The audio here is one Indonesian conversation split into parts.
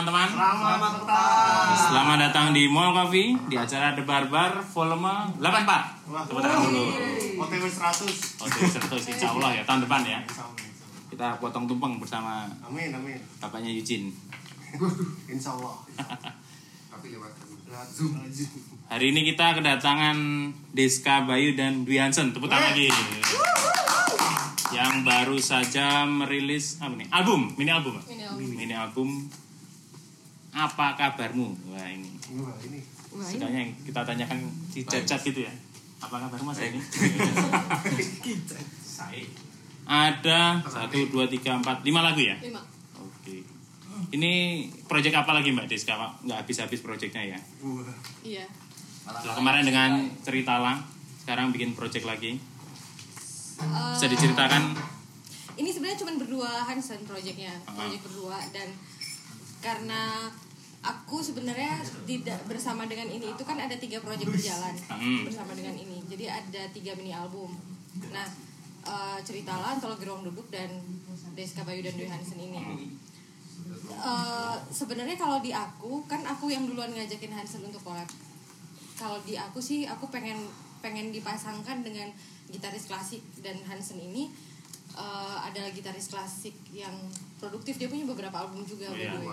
teman-teman. Selamat datang. Selamat datang di Mall Coffee di acara The Barbar volume 84. Tepuk tangan dulu. OTW 100. OTW 100 insya Allah ya tahun depan ya. Kita potong tumpeng bersama Amin. bapaknya Eugene. Insya Allah. Tapi lewat Zoom. Hari ini kita kedatangan Deska Bayu dan Dwi Hansen. Tepuk tangan lagi. Yang baru saja merilis mini album. Apa kabarmu? Wah ini. Setidaknya yang kita tanyakan di chat gitu ya. Apa kabarmu Mas ini? Ada 1, 2, 3, 4, 5 lagu ya? 5. Oke. Ini project apa lagi Mbak Deska? Nggak habis-habis projectnya ya? Iya. Setelah kemarin dengan Cerita Lang, sekarang bikin project lagi. Bisa diceritakan? Ini sebenarnya cuma berdua Hansen project berdua, dan karena aku sebenarnya tidak bersama dengan ini, itu kan ada 3 project berjalan bersama dengan ini, jadi ada 3 mini album. Nah, Cerita Lang, Antologi Ruang Duduk, dan Deska Bayu dan Dwi Hansen ini. Sebenarnya kalau di aku yang duluan ngajakin Hansen untuk collab. Kalau di aku sih aku pengen dipasangkan dengan gitaris klasik, dan Hansen ini adalah gitaris klasik yang produktif. Dia punya beberapa album juga.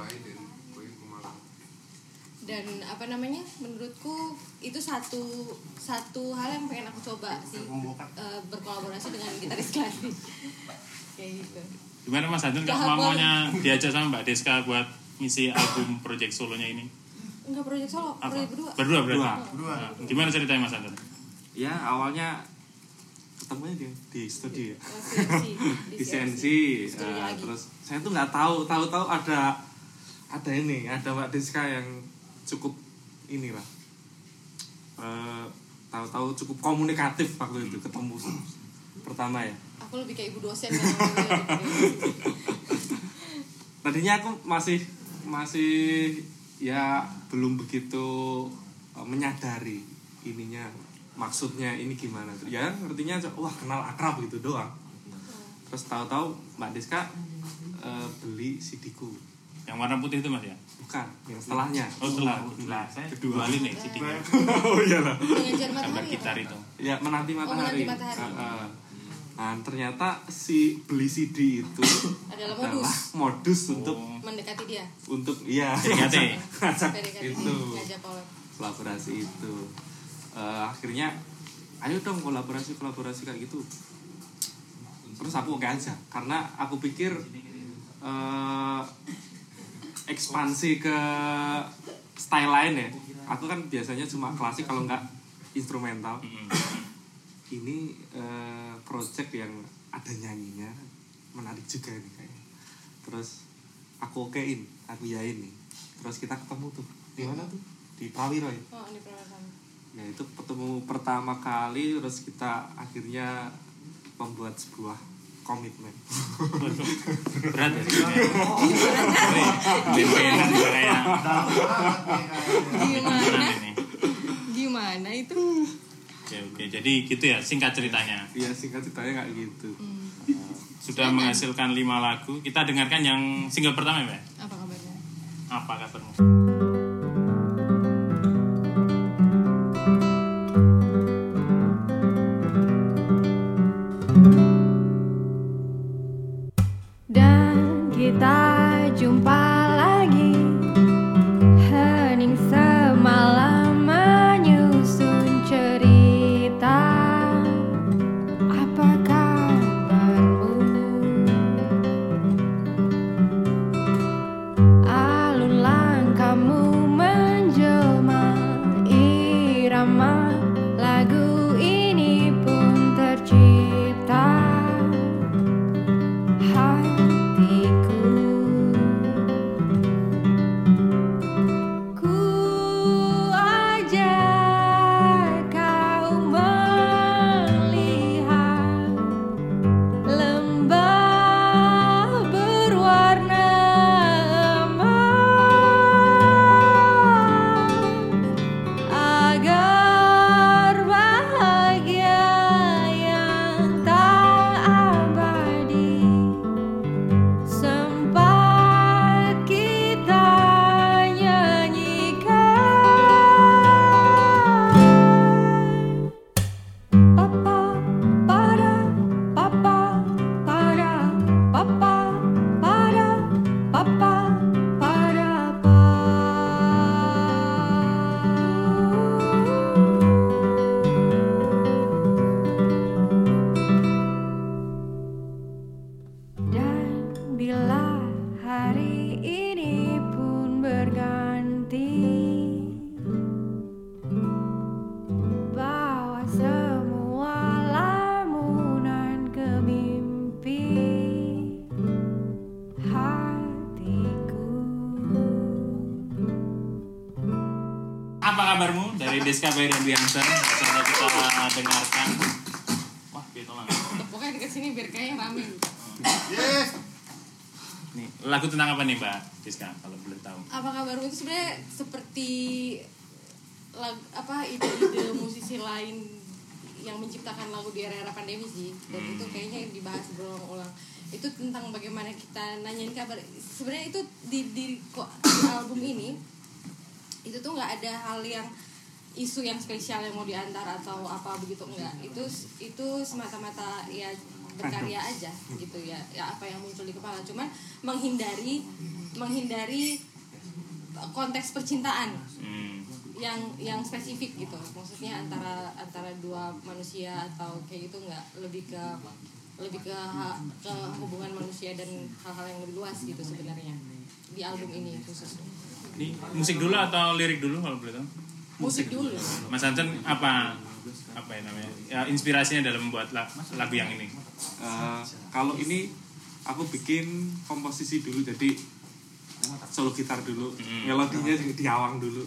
Dan menurutku itu satu hal yang pengen aku coba sih, berkolaborasi dengan gitaris klasik kayak gitu. Gimana Mas Hansen maunya diajak sama Mbak Deska buat ngisi album project solonya ini? Enggak project solo, project berdua. Berdua berarti? Berdua. Gimana ceritanya Mas Hansen? Ya awalnya ketemunya di studio ya. Di CNC. Terus saya tuh nggak tahu ada Mbak Deska yang cukup inilah. Tahu cukup komunikatif waktu itu ketemu pertama ya. Aku lebih kayak ibu dosen. Tadinya aku masih ya belum begitu menyadari ininya, maksudnya ini gimana tuh. Ya artinya wah kenal akrab gitu doang. Terus tahu-tahu Mbak Deska beli CD-ku. Yang warna putih itu Mas ya? Bukan, yang setelahnya. Oh setelah. Saya kedua kali nih CD-nya. Oh iyalah. Gambar gitar itu. Ya Menanti Matahari. Nah, ternyata si beli CD itu adalah modus untuk mendekati dia. Untuk ngajak itu. Kolaborasi itu. Akhirnya ayo dong kolaborasi kayak gitu. Terus aku oke aja karena aku pikir ekspansi ke style lain ya. Aku kan biasanya cuma klasik kalau enggak instrumental. Ini project yang ada nyanyinya menarik juga nih kayaknya. Terus aku okein, aku yain nih. Terus kita ketemu tuh di mana tuh? Di Prawiro ya? Oh, di Prawiro. Ya itu ketemu pertama kali, terus kita akhirnya membuat sebuah komitmen. Berat ya sih. Gimana itu? Oke, jadi gitu ya singkat ceritanya. Iya, singkat ceritanya kayak gitu. Sudah menghasilkan 5 lagu. Kita dengarkan yang single pertama ya, Mbak? Apa kabarnya? Apa kabarmu? Dan kita jumpa lagi, hening semalam menyusun cerita. Apa kabarmu? Alun langkahmu menjelma, irama lagu ini pun tercipta. Hatiku apa pada apa. Dan bila hari ini pun berganti, bawa semua lamunan ke mimpi hatiku. Apa kabarmu dari Deska Bay dan Bianser? Coba kita dengarkan. Wah, tolong. Pokoknya dekat sini biar kayaknya rame. Yes. Nih, lagu tentang apa nih Mbak Deska kalau boleh tahu? Apa kabarmu itu sebenarnya seperti ide-ide musisi lain yang menciptakan lagu di era-era pandemi sih, dan itu kayaknya dibahas berulang-ulang. Itu tentang bagaimana kita nanyain kabar. Sebenarnya itu di album ini itu tuh nggak ada hal yang isu yang spesial yang mau diantar atau apa begitu, enggak. Itu semata-mata ya berkarya aja gitu ya apa yang muncul di kepala, cuman menghindari konteks percintaan yang spesifik gitu, maksudnya antara dua manusia atau kayak gitu, enggak, lebih ke hubungan manusia dan hal-hal yang lebih luas gitu sebenarnya di album ini khususnya. Ini musik dulu atau lirik dulu kalau boleh tahu? Musik dulu. Mas Hansen apa ya namanya? Ya, inspirasinya dalam membuat lagu yang ini? Kalau ini aku bikin komposisi dulu, jadi solo gitar dulu, melodinya diawang dulu.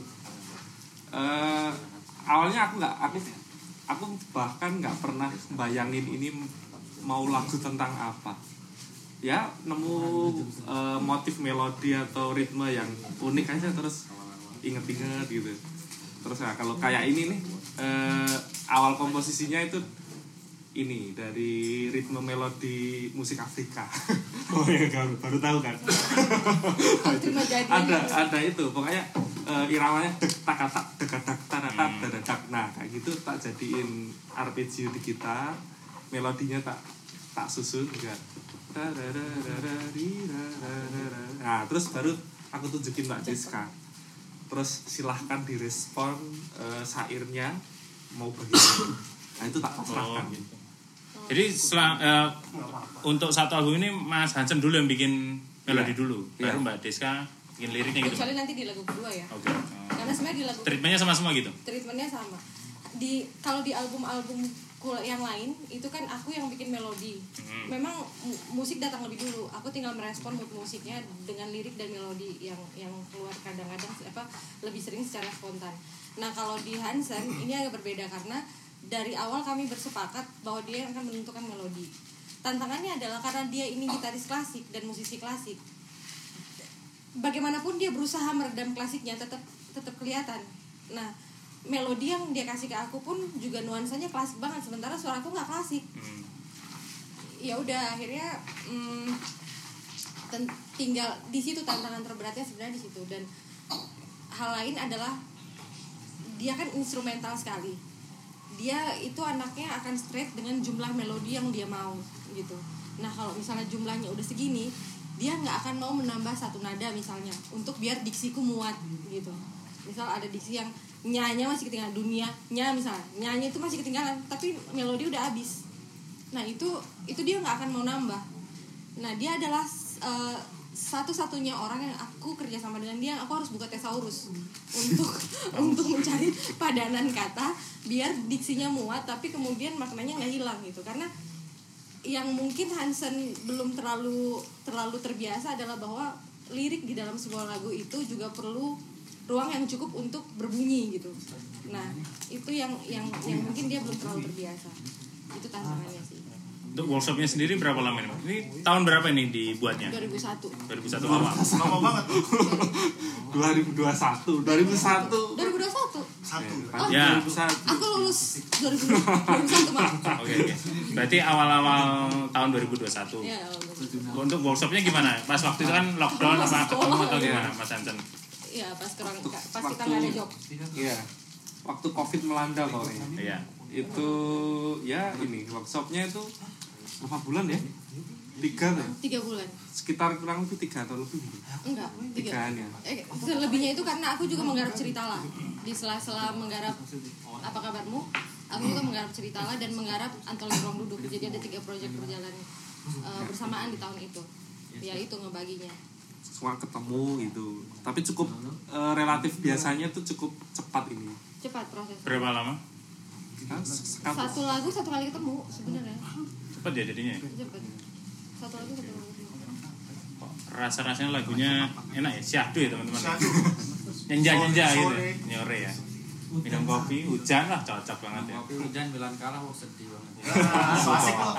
Awalnya aku bahkan nggak pernah bayangin ini mau lagu tentang apa. Ya nemu motif melodi atau ritme yang unik aja, terus inget-inget gitu. Terus ya kalau kayak ini nih, awal komposisinya itu ini dari ritme melodi musik Afrika. Oh ya, baru tahu kan? ada itu, pokoknya iramanya tak tak. Nah kayak gitu tak jadiin arpeggio di gitar, melodinya tak susun enggak. Nah terus baru aku tunjukin Mbak Deska, terus silahkan direspon syairnya mau bagaimana. Nah itu tak pasrahkan gitu. Jadi untuk satu album ini Mas Hansen dulu yang bikin melodi dulu, baru Mbak Deska bikin liriknya gitu. Kecuali nanti di lagu kedua ya. Oke. Karena sebenarnya di lagu treatmentnya sama semua gitu. Treatmentnya sama. Kalau di album-album yang lain itu kan aku yang bikin melodi. Memang musik datang lebih dulu. Aku tinggal merespon mood musiknya dengan lirik dan melodi yang keluar kadang-kadang lebih sering secara spontan. Nah, kalau di Hansen ini agak berbeda karena dari awal kami bersepakat bahwa dia akan menentukan melodi. Tantangannya adalah karena dia ini gitaris klasik dan musisi klasik. Bagaimanapun dia berusaha meredam klasiknya tetap kelihatan. Nah, melodi yang dia kasih ke aku pun juga nuansanya klasik banget, sementara suara aku nggak klasik. Ya udah akhirnya tinggal di situ tantangan terberatnya sebenarnya di situ. Dan hal lain adalah dia kan instrumental sekali. Dia itu anaknya akan straight dengan jumlah melodi yang dia mau gitu. Nah kalau misalnya jumlahnya udah segini, dia nggak akan mau menambah satu nada misalnya untuk biar diksiku muat gitu. Misal ada diksi yang nyanya masih ketinggalan, dunia misalnya nyanyi itu masih ketinggalan tapi melodi udah habis. Nah itu dia nggak akan mau nambah. Nah dia adalah satu-satunya orang yang aku kerja sama dengan dia, aku harus buka thesaurus untuk mencari padanan kata biar diksinya muat tapi kemudian maknanya nggak hilang gitu. Karena yang mungkin Hansen belum terlalu terbiasa adalah bahwa lirik di dalam sebuah lagu itu juga perlu ruang yang cukup untuk berbunyi gitu. Nah itu yang mungkin dia belum terlalu terbiasa. Itu tantangannya sih. Untuk workshopnya sendiri berapa lama ini? Ini tahun berapa ini dibuatnya? 2001 awal. Lama banget tuh. 2021. Ya. Aku lulus 2001 Maret. Oke. Berarti awal-awal tahun 2021. Ya, untuk workshopnya gimana? Pas waktu itu kan lockdown apa ketemu atau gimana Mas Hansen? Iya, pas kita nggak ada job. Iya. Waktu Covid melanda pokoknya. Iya. Itu ya ini workshopnya itu berapa bulan ya? 3 bulan. Sekitar kurang lebih 3 atau lebih? Enggak, 3 ya. Selebihnya itu karena aku juga menggarap Ceritalah. Di sela-sela menggarap Apa Kabarmu, aku juga menggarap Ceritalah dan menggarap Antologi Ruang Duduk. Jadi ada 3 proyek berjalan bersamaan di tahun itu. Ya itu ngebaginya. Semua ketemu gitu. Tapi cukup relatif biasanya tuh cukup cepat ini. Cepat proses. Berapa lama? Satu lagu 1 kali ketemu sebenarnya. Cepat ya jadinya. Cepat. Satu lagu 1 kali ketemu. Rasa-rasanya lagunya enak ya, syahdu ya teman-teman. Nyenja-nyenja gitu, nyore ya. Minum kopi, hujan lah cocok banget ya. Kopi hujan bilang kalah mau sedih banget. Asik kok.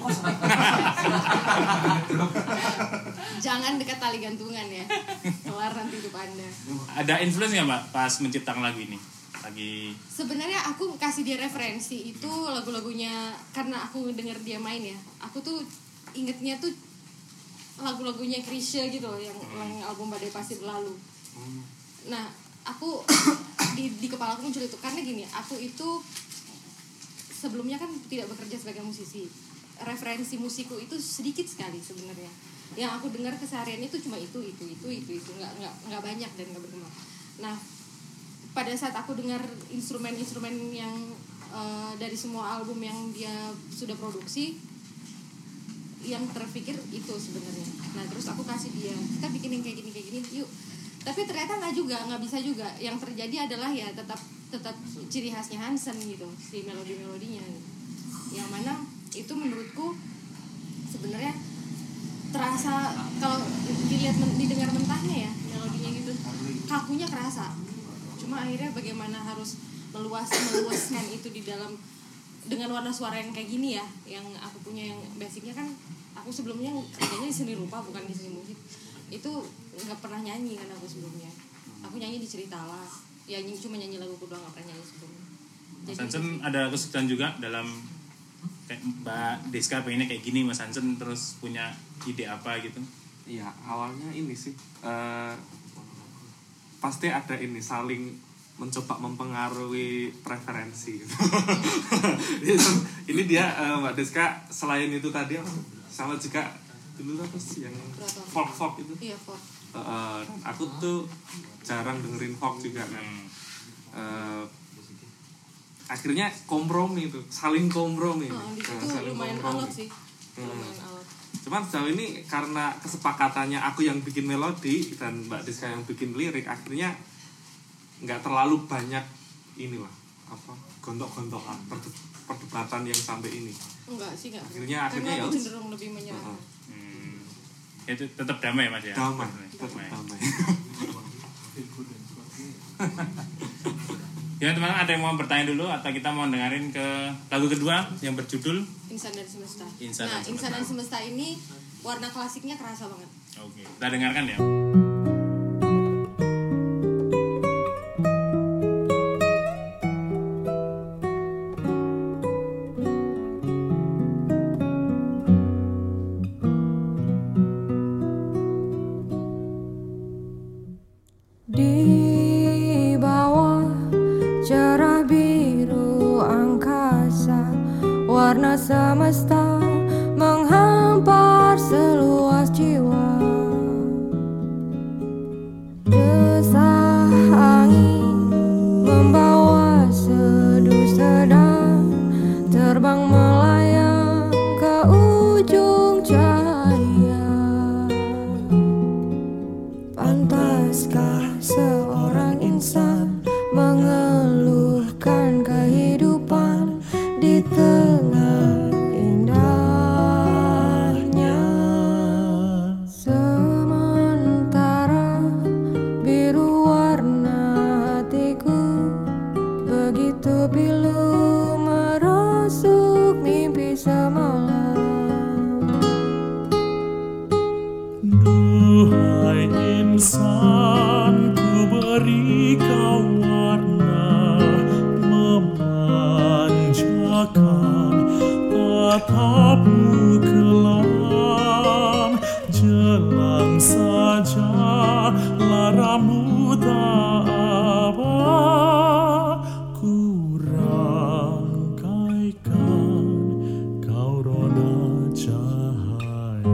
Jangan dekat tali gantungan ya. Kelar nanti hidup Anda. Ada influence nggak Mbak pas menciptakan lagu ini? Sebenarnya aku kasih dia referensi itu lagu-lagunya karena aku denger dia main ya. Aku tuh ingetnya tuh lagu-lagunya Krisya gitu loh yang album Badai Pasti Berlalu. Nah, aku di kepala aku muncul itu karena gini, aku itu sebelumnya kan tidak bekerja sebagai musisi. Referensi musikku itu sedikit sekali sebenarnya. Yang aku dengar keseharian itu cuma itu nggak banyak dan nggak berkembang. Nah, pada saat aku dengar instrumen-instrumen yang dari semua album yang dia sudah produksi, yang terpikir itu sebenarnya. Nah, terus aku kasih dia, kita bikin yang kayak gini yuk. Tapi ternyata nggak bisa juga. Yang terjadi adalah ya tetap ciri khasnya Hansen gitu, si melodinya. Yang mana itu menurutku sebenarnya terasa kalau didengar mentahnya ya melodinya gitu, kakunya kerasa. Cuma akhirnya bagaimana harus meluaskan itu di dalam dengan warna suara yang kayak gini ya, yang aku punya yang basicnya kan aku sebelumnya kerjanya di seni rupa bukan di seni musik. Itu nggak pernah nyanyi kan aku sebelumnya. Aku nyanyi di Ceritalah. Ya cuma nyanyi laguku doang, nggak pernah nyanyi sebelumnya. Mas Hansen ada kesulitan juga dalam kayak Mbak Deska pengennya kayak gini, Mas Hansen terus punya ide apa gitu? Iya, awalnya ini sih pasti ada ini saling mencoba mempengaruhi preferensi gitu. Ini dia Mbak Deska selain itu tadi sama juga dulu apa sih yang folk itu? Iya, folk. Aku tuh jarang dengerin folk juga kan. Akhirnya kompromi tuh, saling kompromi. Di situ lumayan alot sih. Lumayan alot. Cuman sejauh ini karena kesepakatannya aku yang bikin melodi dan Mbak Deska yang bikin lirik, akhirnya nggak terlalu banyak inilah apa gontok-gontokan perdebatan yang sampai ini. Enggak sih, enggak. Akhirnya ya cenderung lebih menyerah. Itu tetap damai Mas ya. Damai. Damai. Ya teman-teman, ada yang mau bertanya dulu atau kita mau dengerin ke lagu kedua yang berjudul Insan dan Semesta. Insan dan Semesta ini warna klasiknya kerasa banget. Oke, kita dengarkan ya. Di bawah cerah biru angkasa, warna semesta menghampar seluas jiwa. Desah angin membawa seduh sedang terbang melayang ke ujung cahaya. Pantaskah seorang insan mengeluhkan kehidupan di tengah indahnya? Sementara biru warna hatiku begitu pilu merasuk mimpi semalam. Duhai insan, ku beri kau warna memanjakan tatapmu kelam. Jelang saja laramu tak abah, ku rangkaikan kau roda cahaya.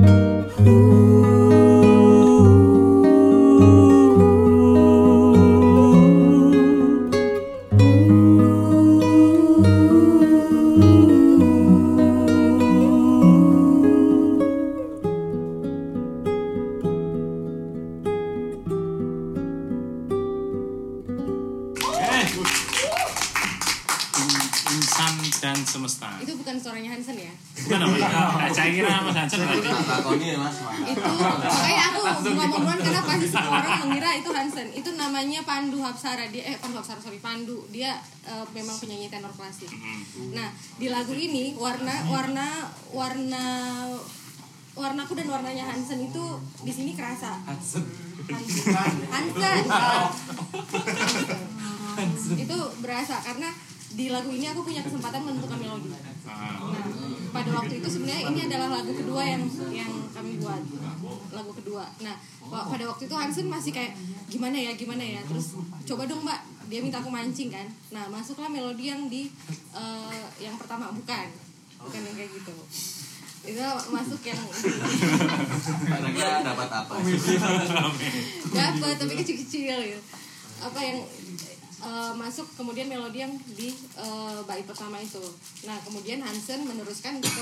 Insan dan semesta. Itu bukan suaranya Hansen ya? Bukan apa ya? Saya kira Mas Hansen tadi. Takoni ya Mas. Itu kayak aku ngomong duluan karena pasti semua orang mengira itu Hansen. Itu namanya Pandu Hapsara. Pandu. Dia memang penyanyi tenor klasik. Nah, di lagu ini warnaku dan warnanya Hansen itu di sini kerasa. Hansen. Itu berasa karena di lagu ini aku punya kesempatan menentukan melodi. Nah, pada waktu itu sebenarnya ini adalah lagu kedua yang kami buat, lagu kedua. Nah, pada waktu itu Hansen masih kayak gimana ya, terus coba dong Mbak, dia minta aku mancing kan. Nah, masuklah melodi yang di yang pertama, bukan yang kayak gitu. Itu masuk yang Kira-kira dapat apa? dapat tapi kecil-kecil gitu. Apa yang masuk kemudian melodi yang di bait pertama itu. Nah, kemudian Hansen meneruskan ke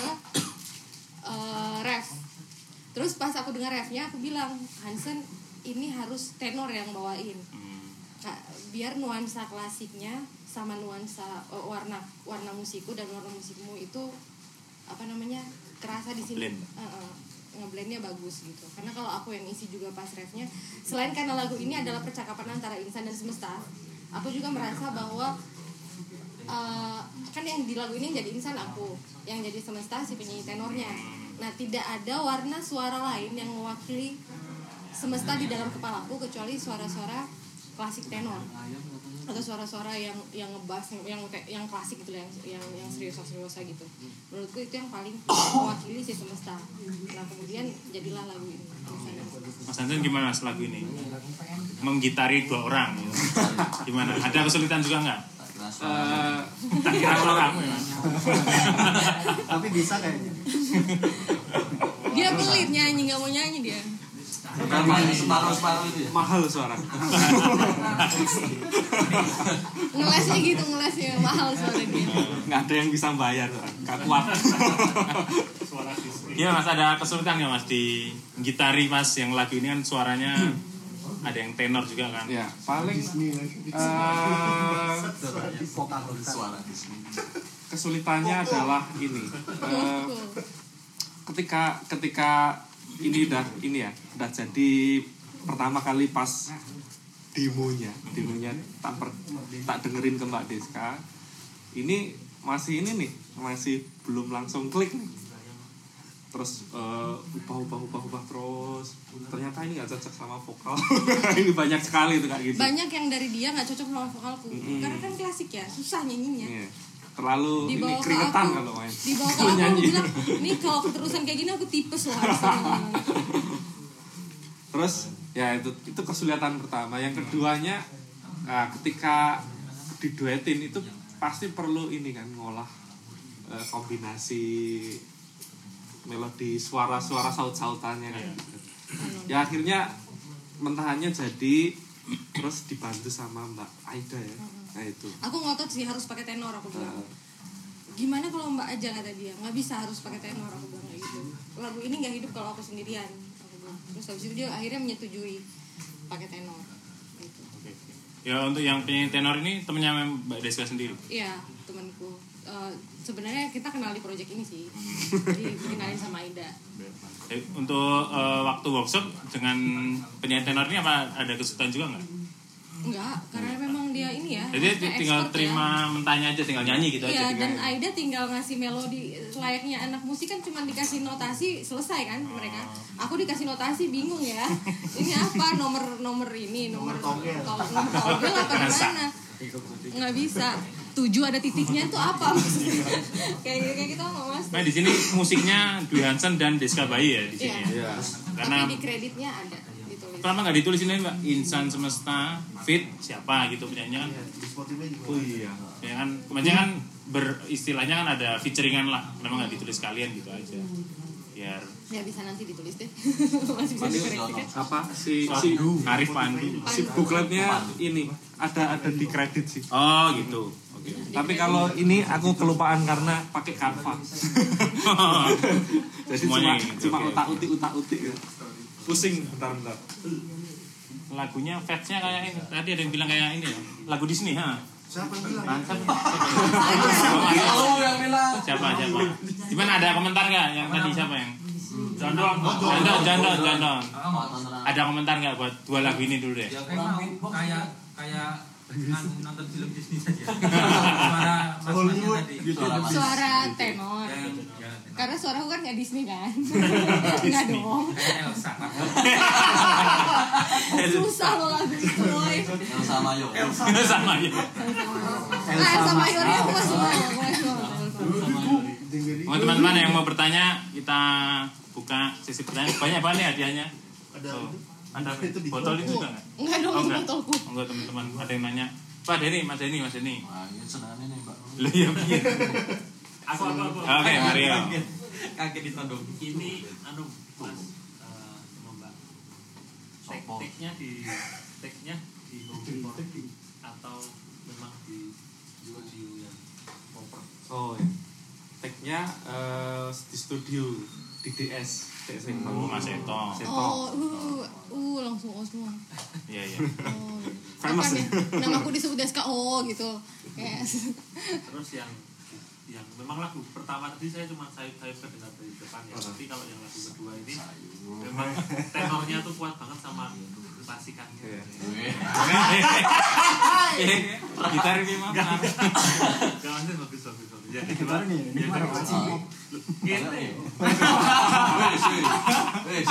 ref. Terus pas aku dengar refnya aku bilang, Hansen ini harus tenor yang bawain. Biar nuansa klasiknya sama nuansa warna musikku dan warna musikmu itu kerasa di sini. Ngeblendnya bagus gitu. Karena kalau aku yang isi juga pas refnya, selain karena lagu ini adalah percakapan antara insan dan semesta, aku juga merasa bahwa kan yang di lagu ini jadi insan aku, yang jadi semesta si penyanyi tenornya. Nah, tidak ada warna suara lain yang mewakili semesta di dalam kepalaku kecuali suara-suara klasik tenor atau suara-suara yang ngebass, yang klasik gitu, yang serius gitu. Menurutku itu yang paling mewakili si semesta. Nah, kemudian jadilah lagu ini. Mas Hansen gimana lagu ini? Menggitari dua orang gitu. Gimana? Ada kesulitan juga nggak? Tak kira orang ya. Tapi bisa kayaknya. Dia pelit nyanyi, nggak mau nyanyi dia. Separuh itu ya? Mahal suara. Ngelesnya mahal suara dia. Nggak ada yang bisa bayar, nggak kuat. Iya Mas, ada kesulitan nggak Mas di gitari Mas, yang lagu ini kan suaranya ada yang tenor juga kan? Ya, paling kesulitannya adalah ini. Ketika ini udah jadi pertama kali pas demonya tak dengerin ke Mbak Deska, ini masih belum langsung klik nih. Terus ubah terus ternyata ini nggak cocok sama vokal. Ini banyak sekali tuh kayak gitu. Banyak yang dari dia nggak cocok sama vokalku. Karena kan klasik ya, susah nyanyinya. Yeah. Terlalu ini keringetan kalau main. Dibawa ke aku bilang, nih kalau keterusan kayak gini aku tipes loh harusnya. Terus ya itu kesulitan pertama. Yang keduanya ketika diduetin itu pasti perlu ini kan, ngolah kombinasi melodi suara-suara saut-sautannya kan. Ya akhirnya mentahannya jadi, terus dibantu sama Mbak Aida ya. Nah itu. Aku ngotot sih harus pakai tenor, aku bilang. Gimana kalau Mbak aja, kata dia. Nggak bisa, harus pakai tenor, aku bilang kayak gitu. Lagu ini nggak hidup kalau aku sendirian, aku bilang. Terus habis itu dia akhirnya menyetujui pakai tenor. Gitu. Ya untuk yang penyanyi tenor ini temennya Mbak Deska sendiri? Iya, temanku. Sebenarnya kita kenal di project ini sih. Jadi dikenalin sama Aida. Untuk waktu workshop dengan penyanyi tenor ini apa ada kesulitan juga nggak? Enggak, karena memang dia ini ya. Jadi tinggal terima mentahnya aja, tinggal nyanyi gitu aja. Iya, dan Aida tinggal ngasih melodi layaknya anak musik kan, cuma dikasih notasi selesai kan mereka. Aku dikasih notasi bingung ya. Ini apa nomor ini, nomor togel apa gimana? Nggak bisa. 7 ada titiknya itu apa maksudnya? kayak gitu nggak mas. Nah di sini musiknya Dwi Hansen dan Deska Bayi ya di sini. Iya. Karena tapi di kreditnya ada ditulis. Kenapa nggak ditulis ini Mbak? Insan Semesta Fit siapa gitu penyanyinya kan? Oh iya. Ya kan, kebanyakan beristilahnya kan ada featuringan lah. Memang nggak ditulis kalian gitu aja. biar Ya bisa nanti ditulis deh. Masih bisa Nanti dikoreksikan. apa si Arif Pandu. bukletnya ini ada di kredit sih. Oh gitu. Oke. Tapi kalau ini aku kelupaan karena pakai Canva. Jadi Semuanya cuma gitu, oke. utak-utik ya. Pusing bentar. Lagunya vibes-nya kayak ini. Tadi ada yang bilang kayak ini ya. Lagu Disney, ha. Siapa yang bilang? Mantap. Oh, yang bilang. Siapa? Gimana, ada komentar nggak yang tadi siapa yang? Jandon. Ada komentar nggak buat dua lagu ini dulu deh? Ya kayak nonton film Disney saja. Suara mas-masnya tadi. Suara tenor. Ya, Karena suaraku kan nggak Disney kan. Enggak dong. kayak Elsa. Susah loh lagu itu, Boy. Yang sama yuk. Sama ya. Elsa Mayori aku masuk. Oh, teman-teman yang mau bertanya, kita buka sesi pertanyaan. Banyak banget nih hadiahnya. Ada botol itu juga nggak? Enggak dong, Oh, enggak. botolku. Enggak, teman-teman. Ada yang nanya, Pak Denny, Mas Denny. Wah, ini senangnya nih, Mbak. Lah iya. Aku. Oke, Mario. Kaget ditodong. Ini Mas Mbak. Sopo. Tag-nya di Google atau memang di studio yang proper. Oh ya. Tag-nya di studio di DS. Oh, Mas Eto. Oh, langsung semua. Iya, iya. Oh, Famous kapan ya? Nama aku disebut SKO gitu. Kayak Terus yang memang lagu pertama tadi saya terdengar dari depan ya. Tapi kalau yang lagu kedua ini memang tenornya tuh kuat banget sama klasikannya. Gitar ini mah. Galannya bagus. Jadi Gitar nih, ini mana sih? Wes.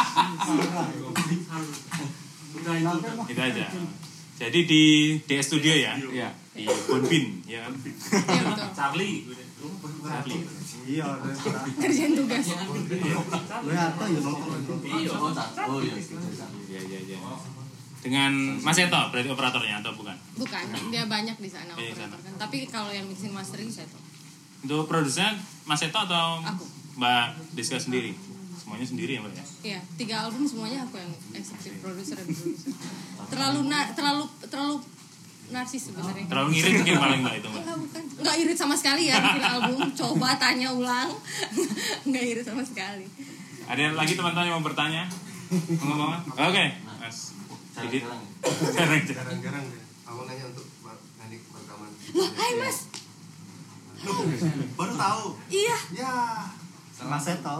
Udah itu. Itu aja. Jadi di DS Studio ya? Iya. Di Bonbin, ya kan? iya betul. Charlie. Iya, Kerjain tugas. gue harta ya nonton. Oh iya. Iya. Dengan Mas Eto berarti operatornya atau bukan? Bukan, dia banyak di sana Iya, operator kan. Tapi kalau yang mixing mastering saya tuh. Untuk produsernya Mas Eto atau Aku. Mbak Deska sendiri? Semuanya sendiri ya Mbak ya? Iya, 3 album semuanya aku yang eksekutif produser dan produser. Terlalu narsis sebenarnya. Terlalu ngirit mungkin paling Mbak itu Mbak? Enggak, bukan. Enggak irit sama sekali ya bikin album. Coba tanya ulang. Enggak irit sama sekali. Ada lagi teman-teman yang mau bertanya? Ngomong? Oke, Mas Didit. Jarang-jarang deh. Aku nanya untuk teknik rekaman. Loh, hai Mas. Baru tahu. Iya. Ya. Mas Eto.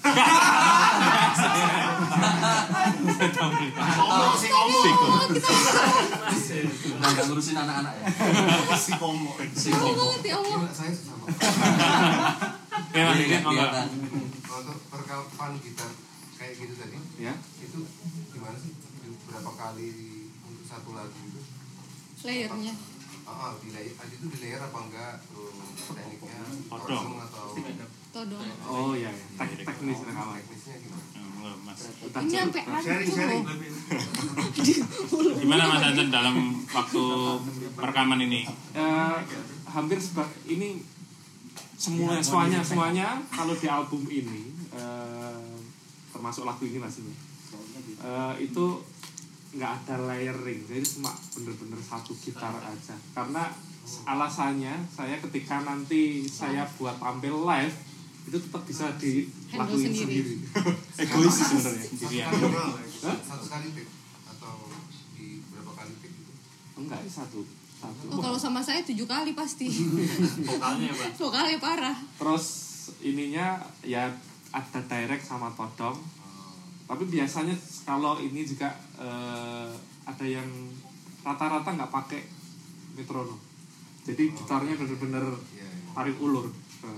Si Komo. Udah nggak ngurusin anak-anak ya. Si Komo. Tahu banget ya Allah. Gila, saya susah banget. Ya Mas Didit, monggo. Kelihatan. Untuk perkapan gitar kayak gitu tadi, Ya. itu gimana sih? Berapa kali untuk satu lagu itu? Layernya. Di layer apa enggak? Terus tekniknya Odong. langsung atau Todong. Oh iya. Teknis rekaman. teknisnya gimana? Monggo, Mas. Ini sampai Sharing. Gimana Mas Anton dalam waktu perekaman ini? Hampir ini semuanya kalau di album ini termasuk lagu ini maksudnya itu nggak ada layering, jadi cuma bener-bener satu gitar aja. Karena alasannya saya ketika nanti saya buat tampil live itu tetap bisa dilakuin sendiri. Egois sih sebenarnya. Sendirian. Satu kali take atau di berapa kali take gitu? Enggak, satu. Oh, kalau sama saya 7 kali pasti. Vokalnya ya, Pak. Vokalnya parah. Terus ininya ya ada direct sama todong. Tapi biasanya kalau ini juga ada yang rata-rata nggak pakai metronom. Jadi gitarnya bener-bener tarik ulur.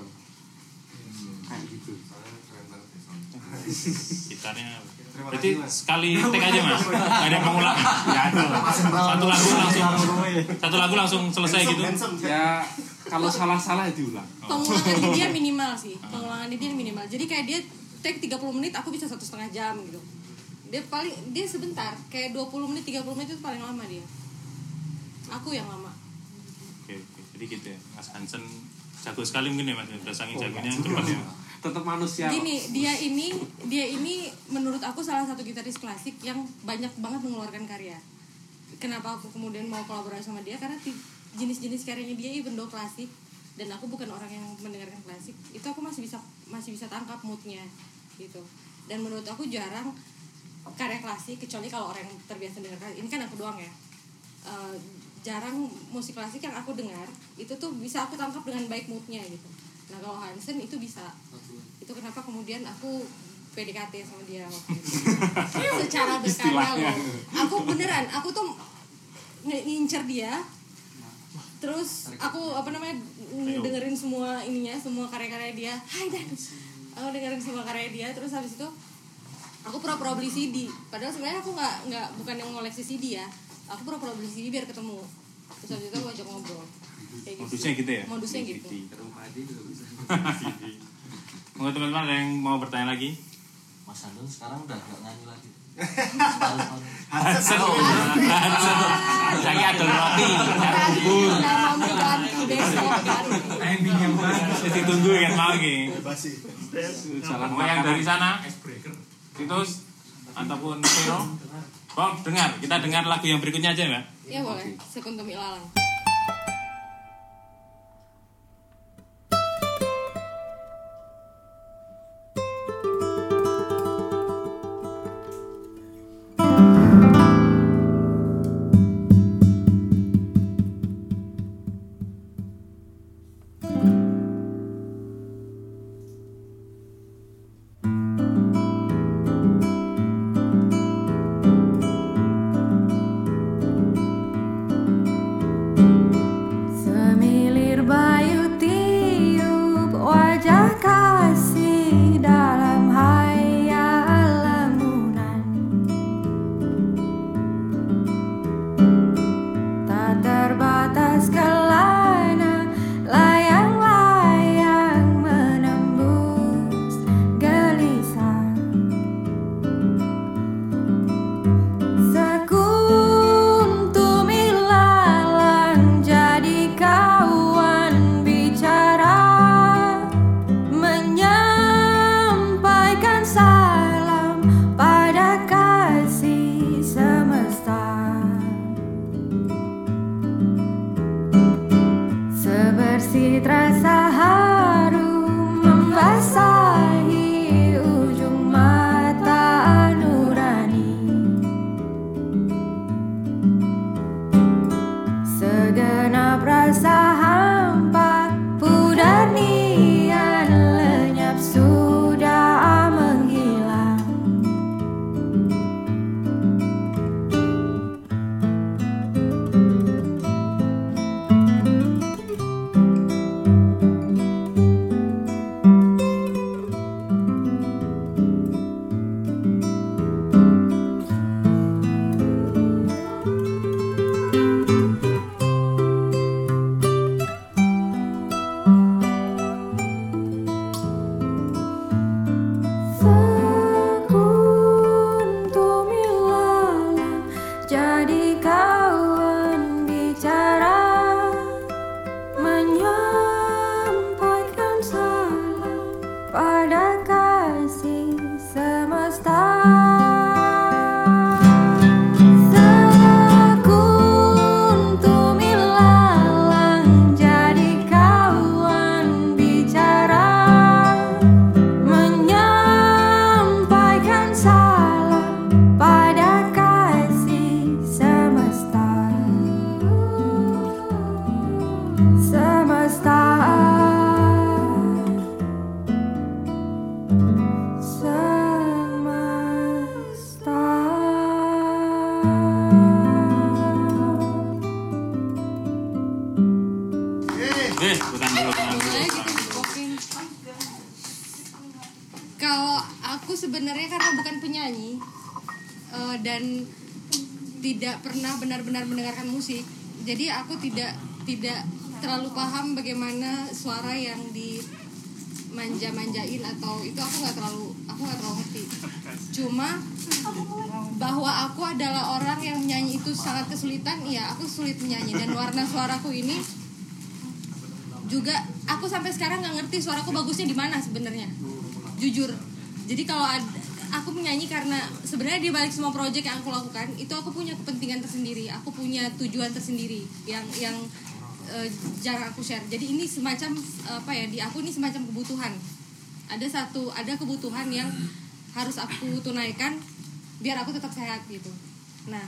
Kayak gitu. Soalnya keren banget ya soalnya. Gitarnya. Berarti sekali take aja Mas. Enggak ada pengulangan. Ya ada. Satu lagu langsung selesai gitu. Ya kalau salah-salah diulang. Pengulangan di dia minimal sih. Pengulangan di dia minimal. Jadi kayak dia take 30 menit, aku bisa 1,5 jam gitu. Dia sebentar, kayak 20 menit, 30 menit itu paling lama dia. Aku yang lama. Oke. Jadi gitu ya. Mas Hansen jago sekali mungkin ya Mas. Udah saking jagonya cepat ya. tetap manusia. Gini, dia ini menurut aku salah satu gitaris klasik yang banyak banget mengeluarkan karya. Kenapa aku kemudian mau kolaborasi sama dia? Karena jenis-jenis karyanya dia even though klasik, dan aku bukan orang yang mendengarkan klasik, itu aku masih bisa tangkap moodnya gitu. Dan menurut aku jarang karya klasik, kecuali kalau orang yang terbiasa dengar, ini kan aku doang ya, jarang musik klasik yang aku dengar itu tuh bisa aku tangkap dengan baik moodnya gitu. Nah kalau Hansen itu bisa, itu kenapa kemudian aku PDKT sama dia waktu itu. Secara berkala loh, aku beneran, aku tuh ngincer dia, terus aku dengerin semua karya-karya dia. Hai Dan, aku dengerin semua karya dia, terus habis itu aku pura-pura beli CD, padahal sebenarnya aku nggak bukan yang ngoleksi CD ya, aku pura-pura beli CD biar ketemu, terus habis itu aku ajak ngobrol. Modusnya gitu ya? Modusnya gitu. Mungkin teman-teman ada yang mau bertanya lagi? Mas Handun sekarang udah gak nyanyi lagi. Saya ada roti, bubur. Namamu ganti besok kan. Ending yang bagus. Ditunggu kan mau gini. Mau yang dari sana, Titus ataupun Vero, kita dengar lagu yang berikutnya aja Mbak. Ya boleh, Sekuntum Ilalang. Kalau aku sebenarnya karena bukan penyanyi dan tidak pernah benar-benar mendengarkan musik, jadi aku tidak terlalu paham bagaimana suara yang dimanja-manjain atau itu aku nggak terlalu ngerti. Cuma bahwa aku adalah orang yang menyanyi itu sangat kesulitan, iya aku sulit menyanyi, dan warna suaraku ini juga aku sampai sekarang nggak ngerti suaraku bagusnya di mana sebenarnya, jujur. Jadi kalau aku menyanyi karena sebenarnya di balik semua proyek yang aku lakukan itu aku punya kepentingan tersendiri, aku punya tujuan tersendiri yang jarang aku share. Jadi ini semacam di aku ini semacam kebutuhan. Ada kebutuhan yang harus aku tunaikan biar aku tetap sehat gitu. Nah,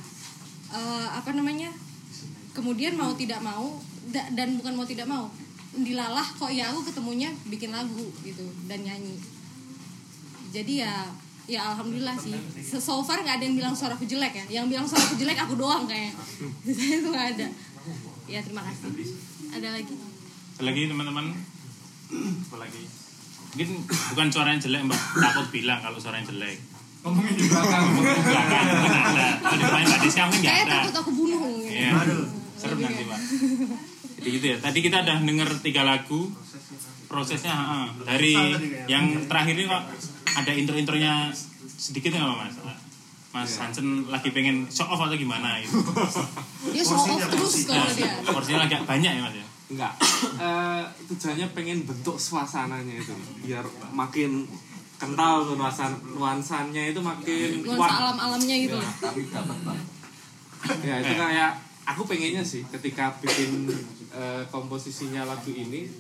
kemudian mau tidak mau dan bukan mau tidak mau, dilalah kok ya aku ketemunya bikin lagu gitu dan nyanyi. Jadi ya alhamdulillah sih. So far nggak ada yang bilang suaraku jelek ya. Yang bilang suaraku jelek aku doang kayaknya. Saya tuh nggak ada. Ya terima kasih. Ada lagi? Ada lagi teman-teman? Apa lagi? Mungkin bukan suaranya jelek Mbak, takut bilang kalau suaranya jelek. Ngomongin di belakang. Mungkin ada. Kalau di depan Mbak Desi mungkin nggak ada. Saya takut aku bunuh. Iya. Serem nanti Pak. Jadi gitu ya. Tadi kita udah denger 3 lagu. Prosesnya dari yang terakhir ini kok ada intro-intronya sedikit nggak Mas? Mas Hansen lagi pengen show off atau gimana itu? Dia show off terus kalau dia. Porsinya agak banyak ya Mas ya? Enggak. Tujuannya pengen bentuk suasananya itu biar makin kental tuh nuansanya itu makin nuansa kuat. alam-alamnya gitu. Ya, tapi dapat banget. Ya itu kayak aku pengennya sih ketika bikin komposisinya lagu ini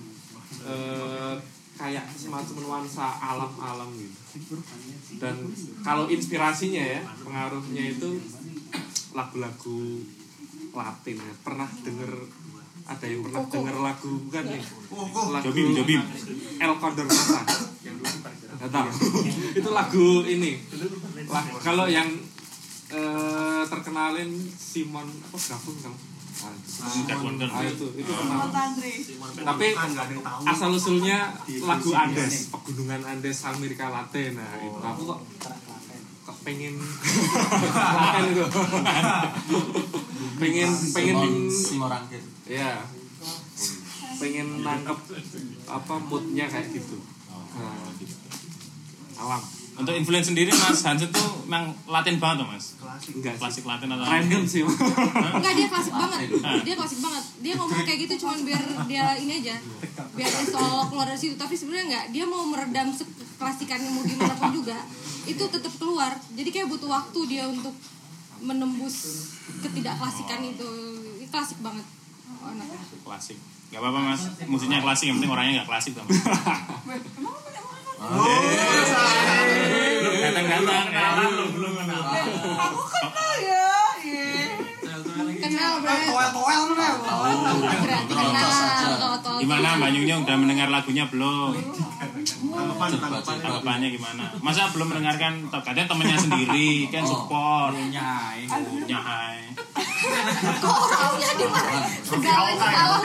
kayak semacam nuansa alam-alam gitu. Dan kalau inspirasinya ya, pengaruhnya itu lagu-lagu Latin ya. Pernah ada yang pernah denger lagu bukan nih? Lagu Jobim. El Condor Rosa. Enggak tahu. Itu lagu ini. Kalau yang terkenalin Simon Garfunkel kan? Itu pernah. Tapi asal usulnya lagu Andes, pegunungan Andes Amerika Latin. Nah, itu aku kok pengen Latin itu. pengen Simorangkit. Ya. Pengen nangkep moodnya kayak gitu. Nah, alam. Untuk influence sendiri Mas Hansen tuh memang Latin banget tuh Mas? Enggak klasik Latin atau random sih. Enggak, dia klasik banget. Dia klasik banget. Dia ngomong kayak gitu cuman biar dia ini aja. Biar dia soal keluar dari situ. Tapi sebenarnya enggak. Dia mau meredam klasikannya mau gimana pun juga. Itu tetap keluar. Jadi kayak butuh waktu dia untuk menembus ketidakklasikan itu. Klasik banget. Anaknya. Klasik. Gak apa-apa Mas. Musiknya klasik, yang penting orangnya gak klasik tuh Mas. Ganteng-ganteng. Belum kenal. Aku kenal ya. Kenal berarti. Toel Berarti kenal. Gimana Mbak Nyung udah mendengar lagunya belum? Tanggapan. Tanggapannya gimana? Masa belum mendengarkan? Katanya temennya sendiri kan support. Nyahai. Kok orangnya di mana? Segalanya salah.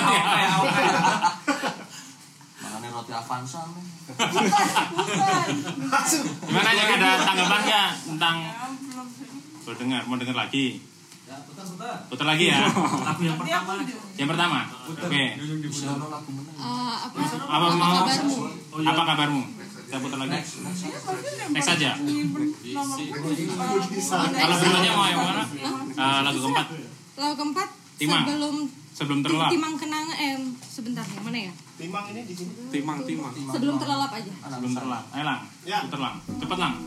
Makanya roti Avanza. Gimana yang ada tanggapannya tentang mau dengar lagi? Putar lagi ya. Lagu yang pertama. Yang pertama. Oke. Apa kabarmu? Kita putar lagi. Next saja. Kalau berikutnya mau yang mana? Lagu keempat. Lagu keempat Sebelum terlelap. Timang kenangan sebentar yang mana ya? Timang ini di sini. Timang. Sebelum terlelap aja. Sebelum terlelap. Ayo Lang. Putar Lang. Cepet Lang.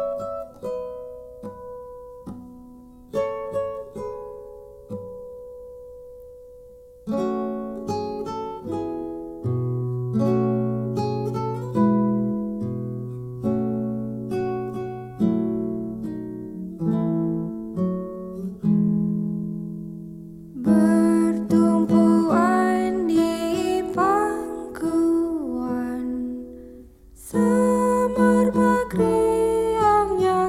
Bertumpuan di pangkuan semerbak riangnya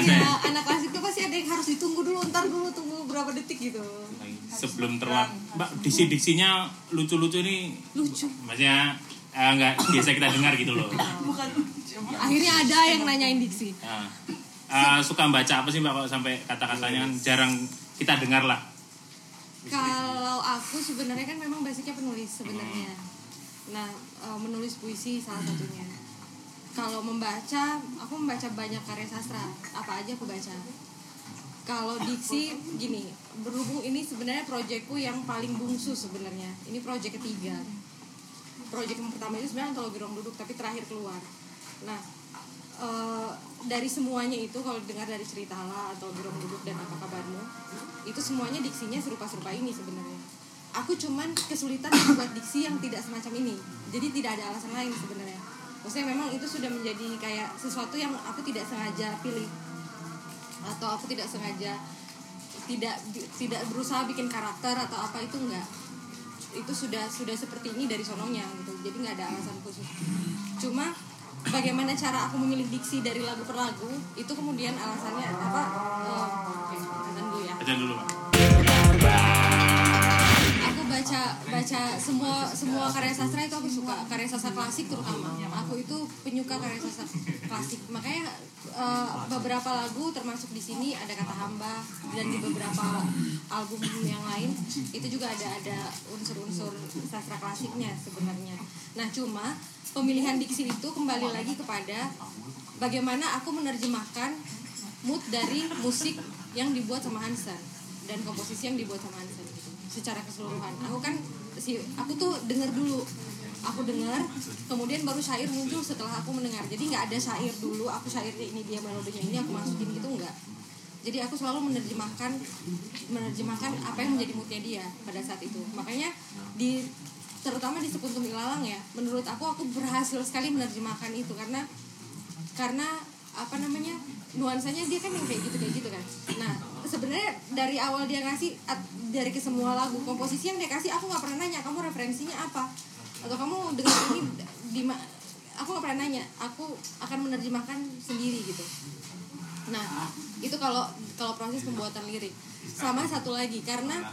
Iya, anak klasik tuh pasti ada yang harus ditunggu dulu, tunggu berapa detik gitu. Sebelum terlambat. Mbak, diksi-diksinya lucu-lucu nih. Lucu. Maksudnya nggak biasa kita dengar gitu loh. Bukan. Akhirnya ada yang nanyain diksi. Suka baca apa sih Mbak kalau sampai kata-katanya kan jarang kita dengar lah. Kalau aku sebenarnya kan memang basicnya penulis sebenarnya. Nah, menulis puisi salah satunya. Kalau membaca, aku membaca banyak karya sastra. Apa aja aku baca. Kalau diksi gini, berhubung ini sebenarnya proyekku yang paling bungsu sebenarnya. Ini proyek ketiga. Proyek yang pertama itu sebenarnya antologi Ruang Duduk, tapi terakhir keluar. Nah, dari semuanya itu kalau dengar dari cerita Hala atau Ruang Duduk dan Apa Kabarmu, itu semuanya diksinya serupa-serupa ini sebenarnya. Aku cuman kesulitan membuat diksi yang tidak semacam ini. Jadi tidak ada alasan lain sebenarnya. Maksudnya memang itu sudah menjadi kayak sesuatu yang aku tidak sengaja pilih, atau aku tidak sengaja tidak berusaha bikin karakter atau apa, itu enggak. Itu sudah seperti ini dari sononya gitu. Jadi nggak ada alasan khusus. Cuma bagaimana cara aku memilih diksi dari lagu per lagu, itu kemudian alasannya apa? Oke, azan dulu ya. Azan dulu, Pak. Aku baca semua karya sastra itu aku suka, karya sastra klasik terutama. Aku itu penyuka karya sastra klasik. Makanya beberapa lagu termasuk di sini ada Kata Hamba, dan di beberapa album yang lain itu juga ada unsur-unsur sastra klasiknya sebenarnya. Nah, cuma pemilihan diksi itu kembali lagi kepada bagaimana aku menerjemahkan mood dari musik yang dibuat sama Hansen dan komposisi yang dibuat sama Hansen gitu, secara keseluruhan. Aku tuh dengar dulu. Aku dengar, kemudian baru syair muncul setelah aku mendengar. Jadi nggak ada syair dulu, aku syairnya ini, dia melodinya ini, aku masukin gitu, enggak. Jadi aku selalu menerjemahkan apa yang menjadi moodnya dia pada saat itu. Makanya terutama di Sekuntum Ilalang ya, menurut aku berhasil sekali menerjemahkan itu karena apa namanya, nuansanya dia kan yang kayak gitu kan. Nah, sebenarnya dari awal dia ngasih, dari ke semua lagu komposisi yang dia kasih, aku nggak pernah nanya kamu referensinya apa atau kamu dengar ini aku nggak pernah nanya, aku akan menerjemahkan sendiri gitu. Nah, itu kalau proses pembuatan lirik. Sama satu lagi, karena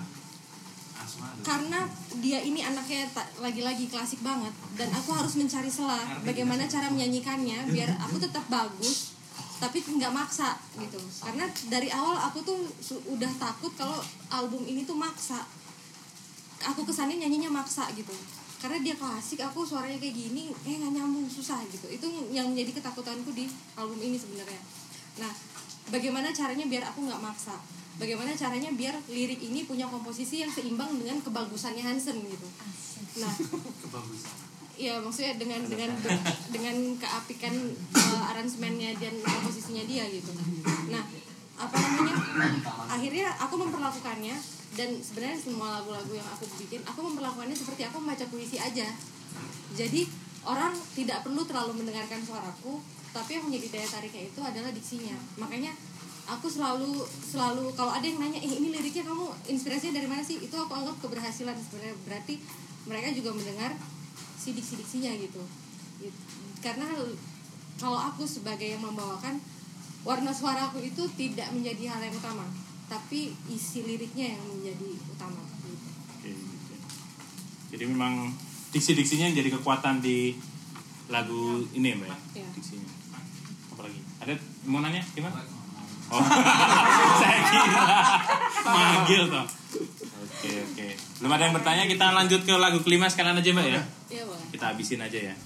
dia ini anaknya lagi-lagi klasik banget, dan aku harus mencari celah bagaimana cara menyanyikannya biar aku tetap bagus tapi nggak maksa gitu. Karena dari awal aku tuh udah takut kalau album ini tuh maksa, aku kesannya nyanyinya maksa gitu. Karena dia klasik, aku suaranya kayak gini, nggak nyambung, susah gitu. Itu yang menjadi ketakutanku di album ini sebenarnya. Nah, bagaimana caranya biar aku nggak maksa? Bagaimana caranya biar lirik ini punya komposisi yang seimbang dengan kebagusannya Hansen gitu. Nah, kebagusan. Iya, maksudnya dengan keapikan aransemennya dan komposisinya dia gitu. Nah, apa namanya? Akhirnya aku memperlakukannya, dan sebenarnya semua lagu-lagu yang aku bikin, aku memperlakukannya seperti aku membaca puisi aja. Jadi orang tidak perlu terlalu mendengarkan suaraku, tapi yang menjadi daya tariknya itu adalah diksinya. Makanya aku selalu kalau ada yang nanya, ini liriknya kamu inspirasinya dari mana sih? Itu aku anggap keberhasilan sebenarnya. Berarti mereka juga mendengar si diksi-diksinya gitu. Karena kalau aku sebagai yang membawakan, warna suaraku itu tidak menjadi hal yang utama, tapi isi liriknya yang menjadi utama gitu. Oke. Jadi memang diksi-diksinya jadi kekuatan di lagu ini, Mbak. Ya. Diksinya. Apa lagi? Ada mau nanya gimana? Oh. Saya kira manggil toh. Oke. Belum ada yang bertanya, kita lanjut ke lagu kelima sekalian aja, Mbak ya. Iya, boleh. Kita habisin aja ya.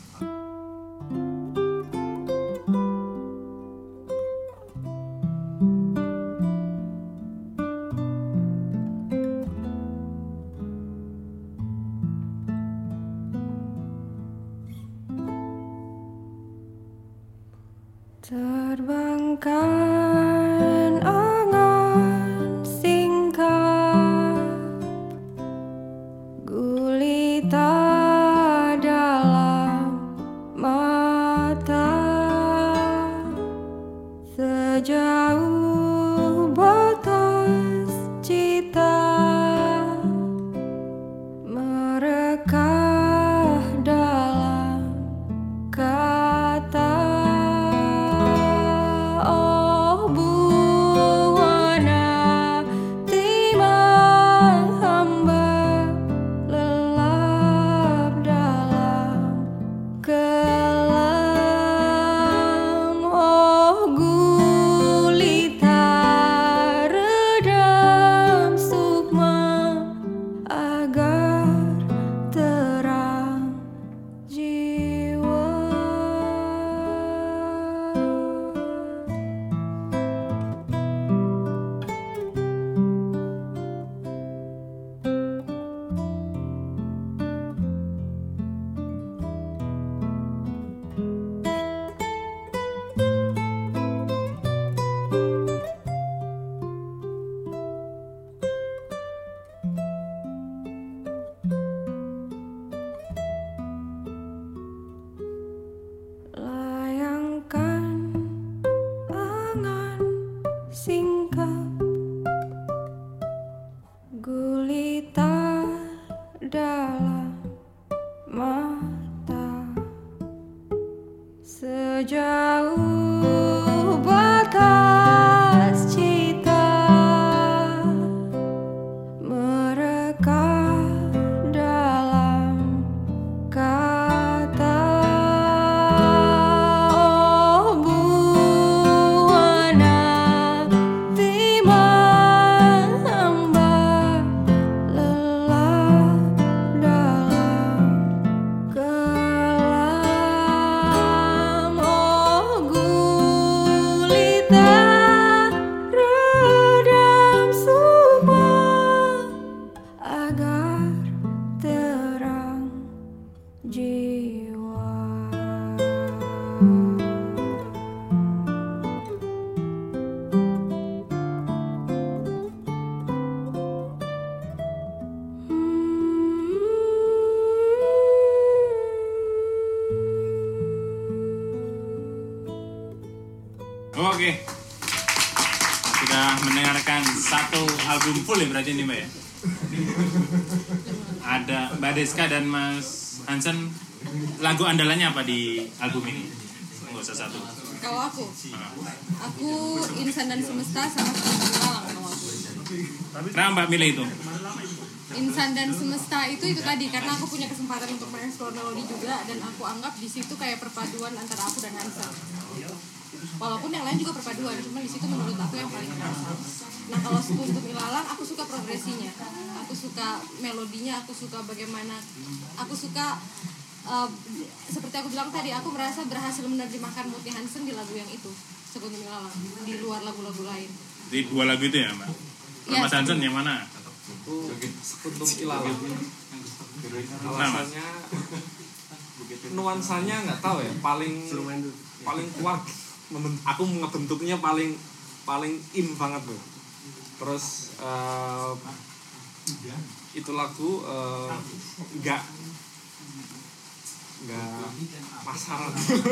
Terbangkan angan singkat, gulita dalam mata, sejauh batas cita, merekah dalam kata. Oh, Gulita dalam mata sejauh batas cita mereka dalam kata. Oh buana timang hamba lelah dalam kelam. Oh gulita redam sumpah agar terang jiwa. Oke. Sudah mendengarkan satu album full ya berarti ini Mbak ya? Ada Mbak Deska dan Mas Hansen, lagu andalannya apa di album ini? Nggak usah satu. Kalau aku Insan dan Semesta sama Sekuntum Ilalang kalau aku. Kenapa Mbak milih itu? Insan dan Semesta itu tadi karena aku punya kesempatan untuk mengeksplor melodi juga dan aku anggap di situ kayak perpaduan antara aku dan Hansen. Walaupun yang lain juga perpaduan, cuma di situ menurut aku yang paling kerasa. Nah kalau Sekuntum Ilalang aku suka progresinya, aku suka melodinya, aku suka bagaimana, aku suka seperti aku bilang tadi, aku merasa berhasil menerjemahkan moodnya Hansen di lagu yang itu, Sekuntum Ilalang, di luar lagu-lagu lain. Di dua lagu itu ya Mbak? Ya, Mas Hansen yang mana? Sekuntum Ilalang. Alasannya nuansanya nggak tahu ya, paling kuat. Aku ngebentuknya paling in banget tuh. Terus itu lagu nggak pasaran.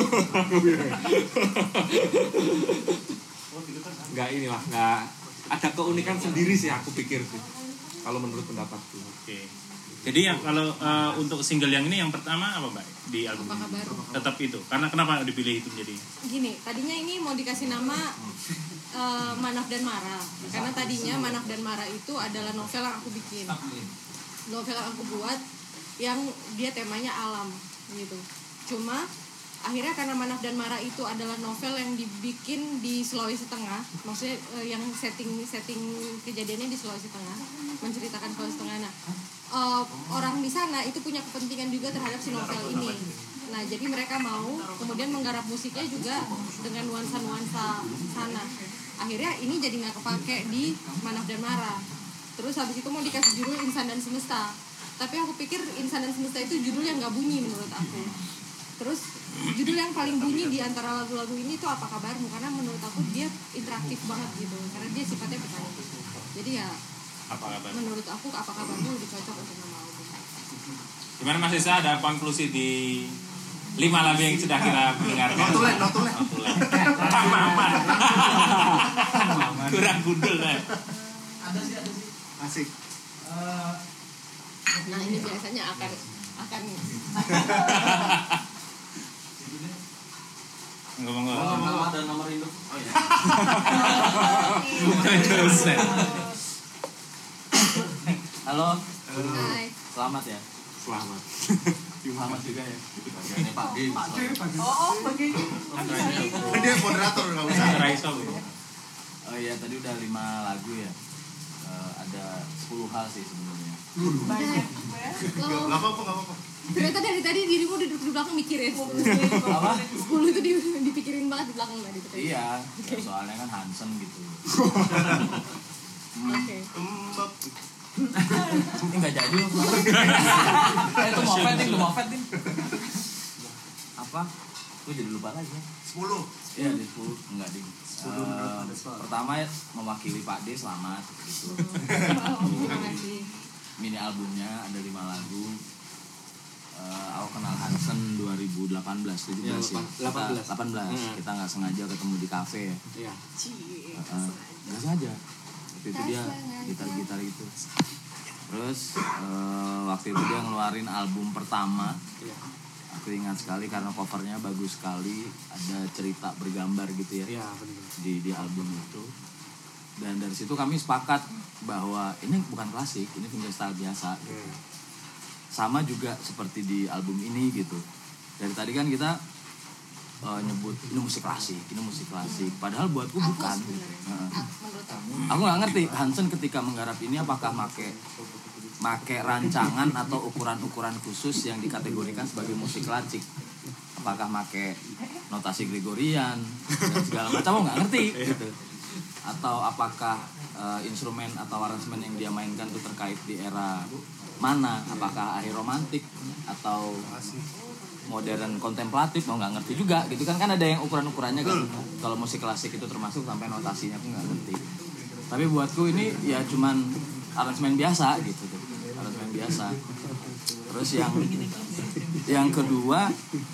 Nggak inilah, nggak ada keunikan sendiri sih aku pikir sih. Kalau menurut pendapatku. Oke. Jadi yang kalau untuk single yang ini yang pertama apa Mbak di album? Apa kabar? Tetap itu. Karena kenapa dipilih itu jadi? Gini, tadinya ini mau dikasih nama Manaf dan Mara. Karena tadinya Manaf dan Mara itu adalah novel yang aku bikin. Novel yang aku buat yang dia temanya alam gitu. Cuma akhirnya karena Manaf dan Mara itu adalah novel yang dibikin di Sulawesi Tengah, maksudnya yang setting kejadiannya di Sulawesi Tengah, menceritakan Sulawesi Tengah. Nah, orang di sana itu punya kepentingan juga terhadap si novel ini. Nah, jadi mereka mau kemudian menggarap musiknya juga dengan nuansa-nuansa sana. Akhirnya ini jadi nggak kepake di Manaf dan Mara. Terus habis itu mau dikasih judul Insan dan Semesta. Tapi aku pikir Insan dan Semesta itu judul yang nggak bunyi menurut aku. Terus judul yang paling bunyi di antara lagu-lagu ini tuh Apa Kabarmu, karena menurut aku dia interaktif banget gitu, karena dia sifatnya bertanya. Jadi ya menurut aku Apa Kabarmu lebih cocok untuk nama album. Gimana Mas Isa, ada konklusi di 5 lagu yang sudah kita dengarkan? Notulen. Aman. Kurang gundul lah. Ada sih. Asik. Nah ini biasanya akan Ngomong. Kalau ada nomor induk. Oh iya. Halo. Hai. Selamat ya. Selamat. Selamat juga ya. Bagiannya Pak D. Oh, begini. Dia moderator nggak usah. Raiso. Oh iya, tadi udah 5 lagu ya. Ada 10 hal sih sebenarnya. Banyak. Nggak apa-apa. Ternyata dari tadi dirimu duduk di belakang mikirin. Apa? 10 itu dipikirin banget di belakang tadi. Iya, soalnya kan Hansen gitu. Oke. Ini nggak jadi loh. Itu mau fetin. Apa? Gue jadi lupa lagi. 10. Iya di 10 enggak ding. Pertama ya, mewakili Pak D, selamat gitu. Terima kasih. Mini albumnya ada 5 lagu. Aku kenal Hansen 2018 17 ya. 18. Kita nggak sengaja ketemu di kafe ya. Iya. Nggak sengaja. Waktu itu dia gitar itu. Terus waktu itu dia ngeluarin album pertama. Aku ingat sekali karena covernya bagus sekali, ada cerita bergambar gitu ya. Di album itu. Dan dari situ kami sepakat bahwa ini bukan klasik, ini fingerstyle biasa gitu. Sama juga seperti di album ini gitu. Dari tadi kan kita nyebut ini musik klasik. Padahal buatku bukan. Aku nggak ngerti Hansen ketika menggarap ini apakah make rancangan atau ukuran-ukuran khusus yang dikategorikan sebagai musik klasik. Apakah make notasi Gregorian dan segala macam, aku nggak ngerti gitu. Atau apakah instrumen atau aransemen yang dia mainkan itu terkait di era mana? Apakah akhir romantik atau modern kontemplatif? Mau nggak ngerti juga gitu kan ada yang ukuran-ukurannya kan. Kalau musik klasik itu termasuk sampai notasinya aku nggak ngerti. Tapi buatku ini ya cuman aransemen biasa gitu. Aransemen biasa. Terus yang kedua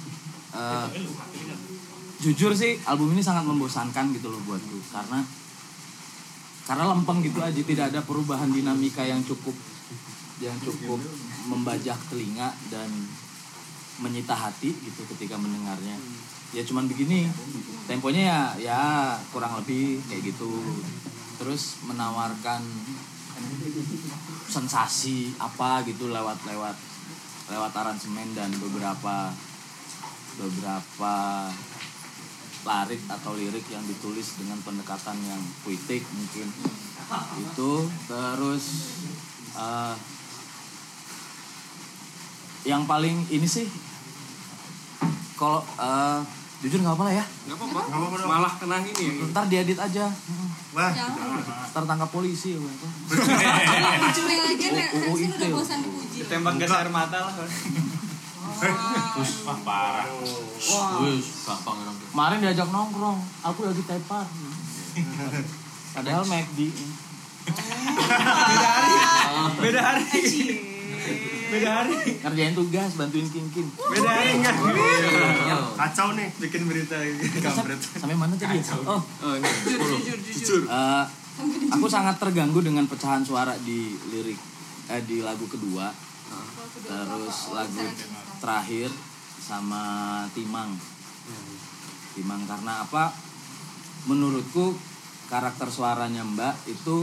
jujur sih album ini sangat membosankan gitu loh buatku karena lempeng gitu aja, tidak ada perubahan dinamika yang cukup membajak telinga dan menyita hati gitu ketika mendengarnya. Ya cuman begini, temponya ya kurang lebih kayak gitu. Terus menawarkan sensasi apa gitu lewat aransemen dan beberapa larik atau lirik yang ditulis dengan pendekatan yang puitik mungkin itu. Terus yang paling ini sih kalau jujur nggak apa lah ya, nggak apa-apa, malah kena ini ya. Ntar diedit aja. Wah, ntar tangkap polisi ya. Tembak gas air mata lah. Wah parah. Gampang orang. Kemarin diajak nongkrong, aku lagi tepar. Padahal McD. Beda hari. Kerjain tugas, bantuin Kin. Beda hari enggak? Kacau nih. Bikin berita kampret. Sampai mana tadi? Oh ini. Jujur. Aku sangat terganggu dengan pecahan suara di lirik di lagu kedua. Terus lagu terakhir sama Timang karena apa? Menurutku karakter suaranya Mbak itu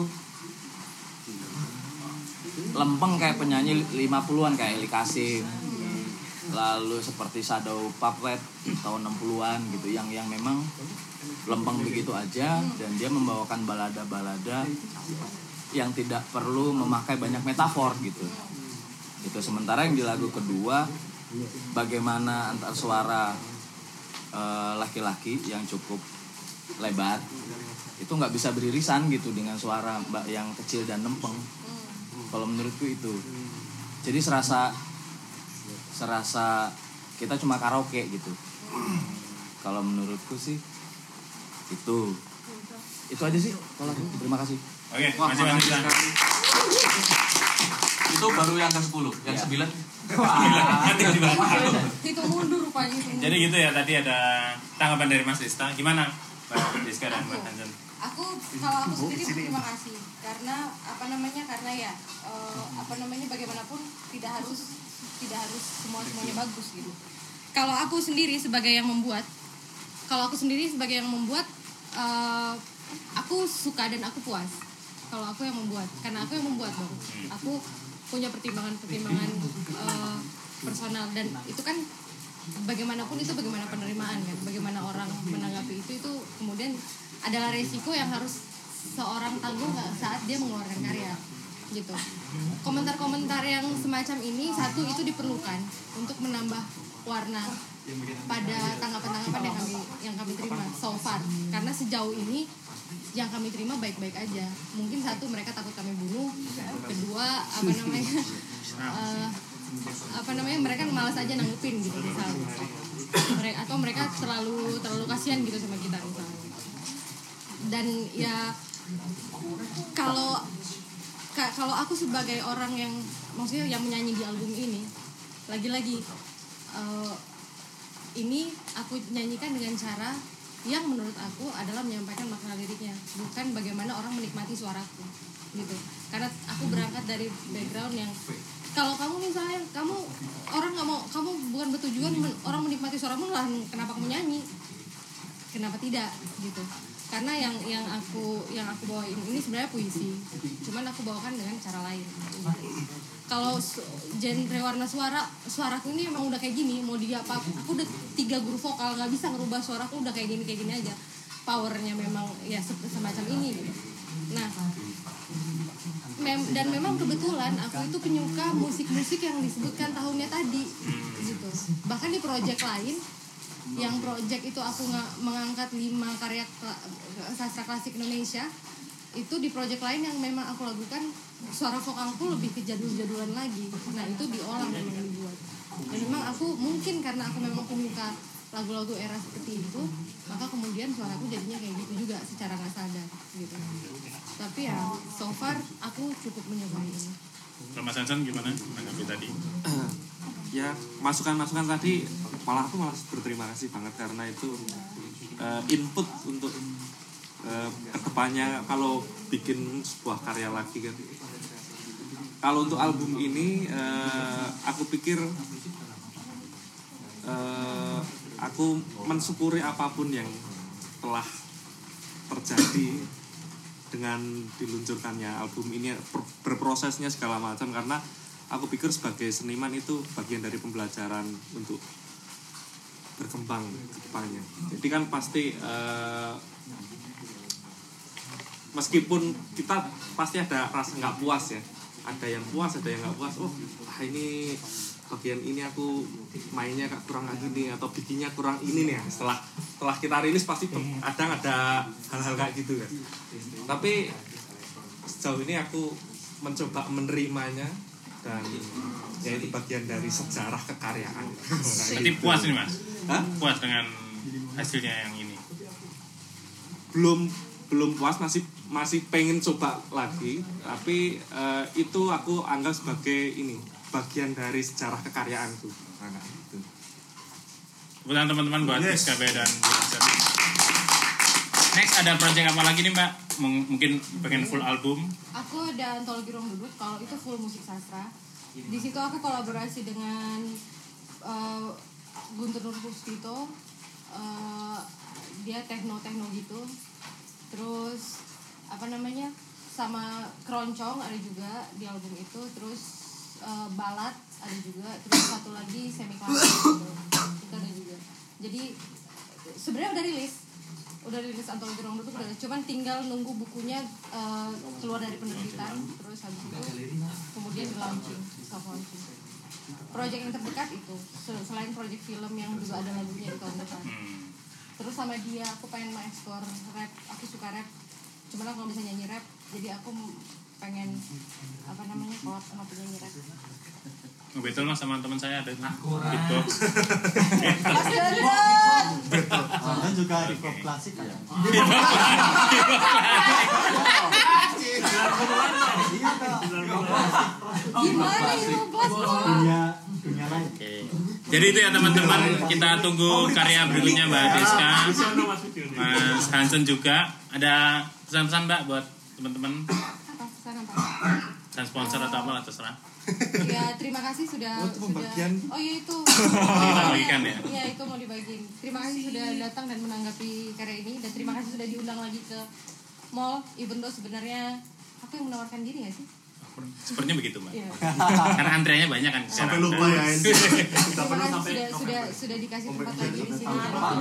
lempeng kayak penyanyi 50-an kayak Eli Kasim. Lalu seperti Shadow Puppet tahun 60-an gitu yang memang lempeng begitu aja, dan dia membawakan balada-balada yang tidak perlu memakai banyak metafor gitu. Itu sementara yang di lagu kedua bagaimana antar suara laki-laki yang cukup lebar itu nggak bisa beririsan gitu dengan suara Mbak yang kecil dan lempeng. Kalau menurutku itu, jadi serasa kita cuma karaoke gitu. Kalau menurutku sih itu aja sih. Kalau terima kasih. Oke, makasih. Itu baru yang ke-10, yang 9. Hitung mundur rupanya. Jadi gitu ya, tadi ada tanggapan dari Mas Dista. Gimana Mbak Diska dan Mbak Hansen? Kalau aku sendiri terima kasih karena bagaimanapun tidak harus semuanya bagus gitu. Kalau aku sendiri sebagai yang membuat, aku suka dan aku puas. Kalau aku yang membuat, karena aku yang membuat dong. Aku punya pertimbangan personal, dan itu kan bagaimanapun itu bagaimana penerimaan kan, bagaimana orang menanggapi itu kemudian adalah resiko yang harus seorang tanggung saat dia mengeluarkan karya gitu. Komentar-komentar yang semacam ini satu itu diperlukan untuk menambah warna pada tanggapan-tanggapan yang kami terima so far, karena sejauh ini yang kami terima baik-baik aja. Mungkin satu, mereka takut kami bunuh. Kedua, mereka malas aja nanggepin gitu misalnya. Atau mereka terlalu kasihan gitu sama kita misalnya. Dan ya kalau aku sebagai orang yang maksudnya yang menyanyi di album ini, lagi-lagi ini aku nyanyikan dengan cara yang menurut aku adalah menyampaikan makna liriknya, bukan bagaimana orang menikmati suaraku gitu. Karena aku berangkat dari background yang kalau kamu misalnya orang nggak mau, kamu bukan bertujuan orang menikmati suaramu, lah kenapa kamu nyanyi, kenapa tidak gitu. Karena yang aku bawain ini sebenarnya puisi, cuman aku bawakan dengan cara lain. Kalau genre warna suaraku ini emang udah kayak gini, mau dia apa, aku udah 3 guru vokal, nggak bisa ngerubah suaraku, udah kayak gini aja. Powernya memang ya semacam ini gitu. Nah, dan memang kebetulan aku itu penyuka musik-musik yang disebutkan tahunnya tadi gitu. Bahkan di project lain, yang project itu aku mengangkat 5 karya sastra klasik Indonesia, itu di project lain yang memang aku lakukan suara vokalku lebih ke jadul-jadulan lagi. Nah itu diolah memang dibuat. Dan memang aku mungkin karena aku memang penyuka lagu-lagu era seperti itu, maka kemudian suaraku jadinya kayak gitu juga secara nggak sadar gitu. Tapi ya so far aku cukup menyukai ini. Mas Hansen gimana menanggapi tadi? Ya masukan-masukan tadi aku malah berterima kasih banget karena itu input untuk kedepannya kalau bikin sebuah karya lagi kan. Kalau untuk album ini aku pikir aku mensyukuri apapun yang telah terjadi dengan diluncurkannya album ini, berprosesnya segala macam, karena aku pikir sebagai seniman itu bagian dari pembelajaran untuk berkembang ke depannya. Jadi kan pasti meskipun kita pasti ada rasa nggak puas ya, ada yang puas, ada yang nggak puas. Ini bagian ini aku mainnya kurang gini atau bikinnya kurang ini nih ya. Setelah kita rilis pasti ada hal-hal kayak gitu kan. Tapi sejauh ini aku mencoba menerimanya dan ya itu bagian dari sejarah kekaryaan. Berarti puas nih Mas? Hah? Puas dengan hasilnya yang ini? Belum puas, masih pengen coba lagi, tapi itu aku anggap sebagai ini bagian dari sejarah kekaryaanku. Nah, itu. Kebetulan teman-teman buat SKB dan Wilson. Next ada project apa lagi nih Mbak? Mungkin pengen full album? Aku ada antologi Ruang Duduk, kalau itu full musik sastra. Di situ aku kolaborasi dengan Guntur Nur Puspito, dia techno gitu. Terus sama Keroncong ada juga di album itu. Terus Balat ada juga. Terus satu lagi semi klasik gitu. Itu ada juga. Jadi sebenarnya udah rilis antologi Ruang Duduk, cuman tinggal nunggu bukunya keluar dari penerbitan. Terus habis itu kemudian di launching, soft launching. Project yang terdekat itu selain project film yang juga ada lagunya di tahun depan. Terus sama dia aku pengen mengeksplor rap. Aku suka rap, cuman aku nggak bisa nyanyi rap, jadi aku pengen collab sama penyanyi rap. Betul Mas, sama teman saya ada beatbox. Mas Dodot. Dan juga hip-hop klasik kan. Gimana hip-hop klasik? Dunia lain. Jadi itu ya teman-teman, kita tunggu karya berikutnya Mbak Diska, Mas Hansen juga. Ada pesan-pesan Mbak buat teman-teman? Pesan apa? Dan sponsor atau apa lah terserah. Ya terima kasih sudah. Oh iya itu. Kita bagikan ya. Iya itu mau dibagiin. Terima kasih sudah datang dan menanggapi karya ini, dan terima kasih sudah diundang lagi ke mall. Even though sebenarnya aku yang menawarkan diri nggak sih? Sepertinya begitu Mbak. Iya. Karena antriannya banyak kan. Sampai lupa ya. Terima kasih sudah dikasih tempat lagi di sini.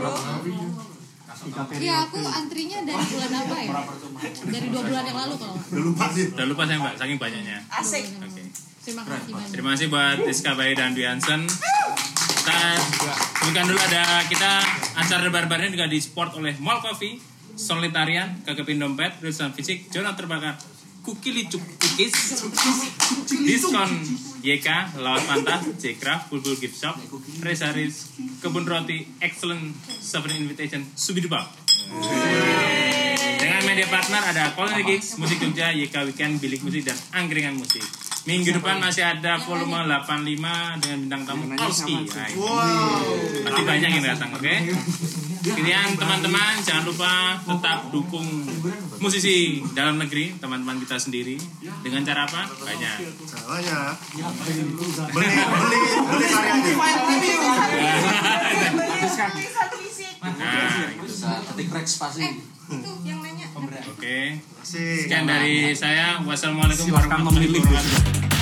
Iya aku antrinya dari bulan apa ya? Dari 2 bulan yang lalu kalau. Udah lupa saya Mbak, saking banyaknya. Asik. Oke. Terima kasih banyak. Terima kasih buat Diska Bayi dan Dwi Hansen. Kita bukan dulu, ada kita acara barbarnya juga di-support oleh Mall Coffee, Solitarian, Kekepin Dompet, Rilisan Fisik, Zona Terbakar, Kukili Cukis, Diskon YK, Laut Pantas, J-Craft, Bulbul Gift Shop, Resaris, Kebun Roti, Excellent Souvenir Invitation, Subidubak. Dengan media partner ada Culinary Gigs, Musik Jogja, YK Weekend, Bilik Musik, dan Angkringan Musik. Minggu depan masih ada volume 85 dengan bintang tamu Olski. Pasti banyak yang datang, oke? Kemudian teman-teman jangan lupa tetap dukung musisi dalam negeri, teman-teman kita sendiri. Dengan cara apa? Banyak. Caranya beli karyanya. Ketik Rex pasti. Itu yang nanya. Oke. Sekian dari saya. Wassalamualaikum warahmatullahi wabarakatuh.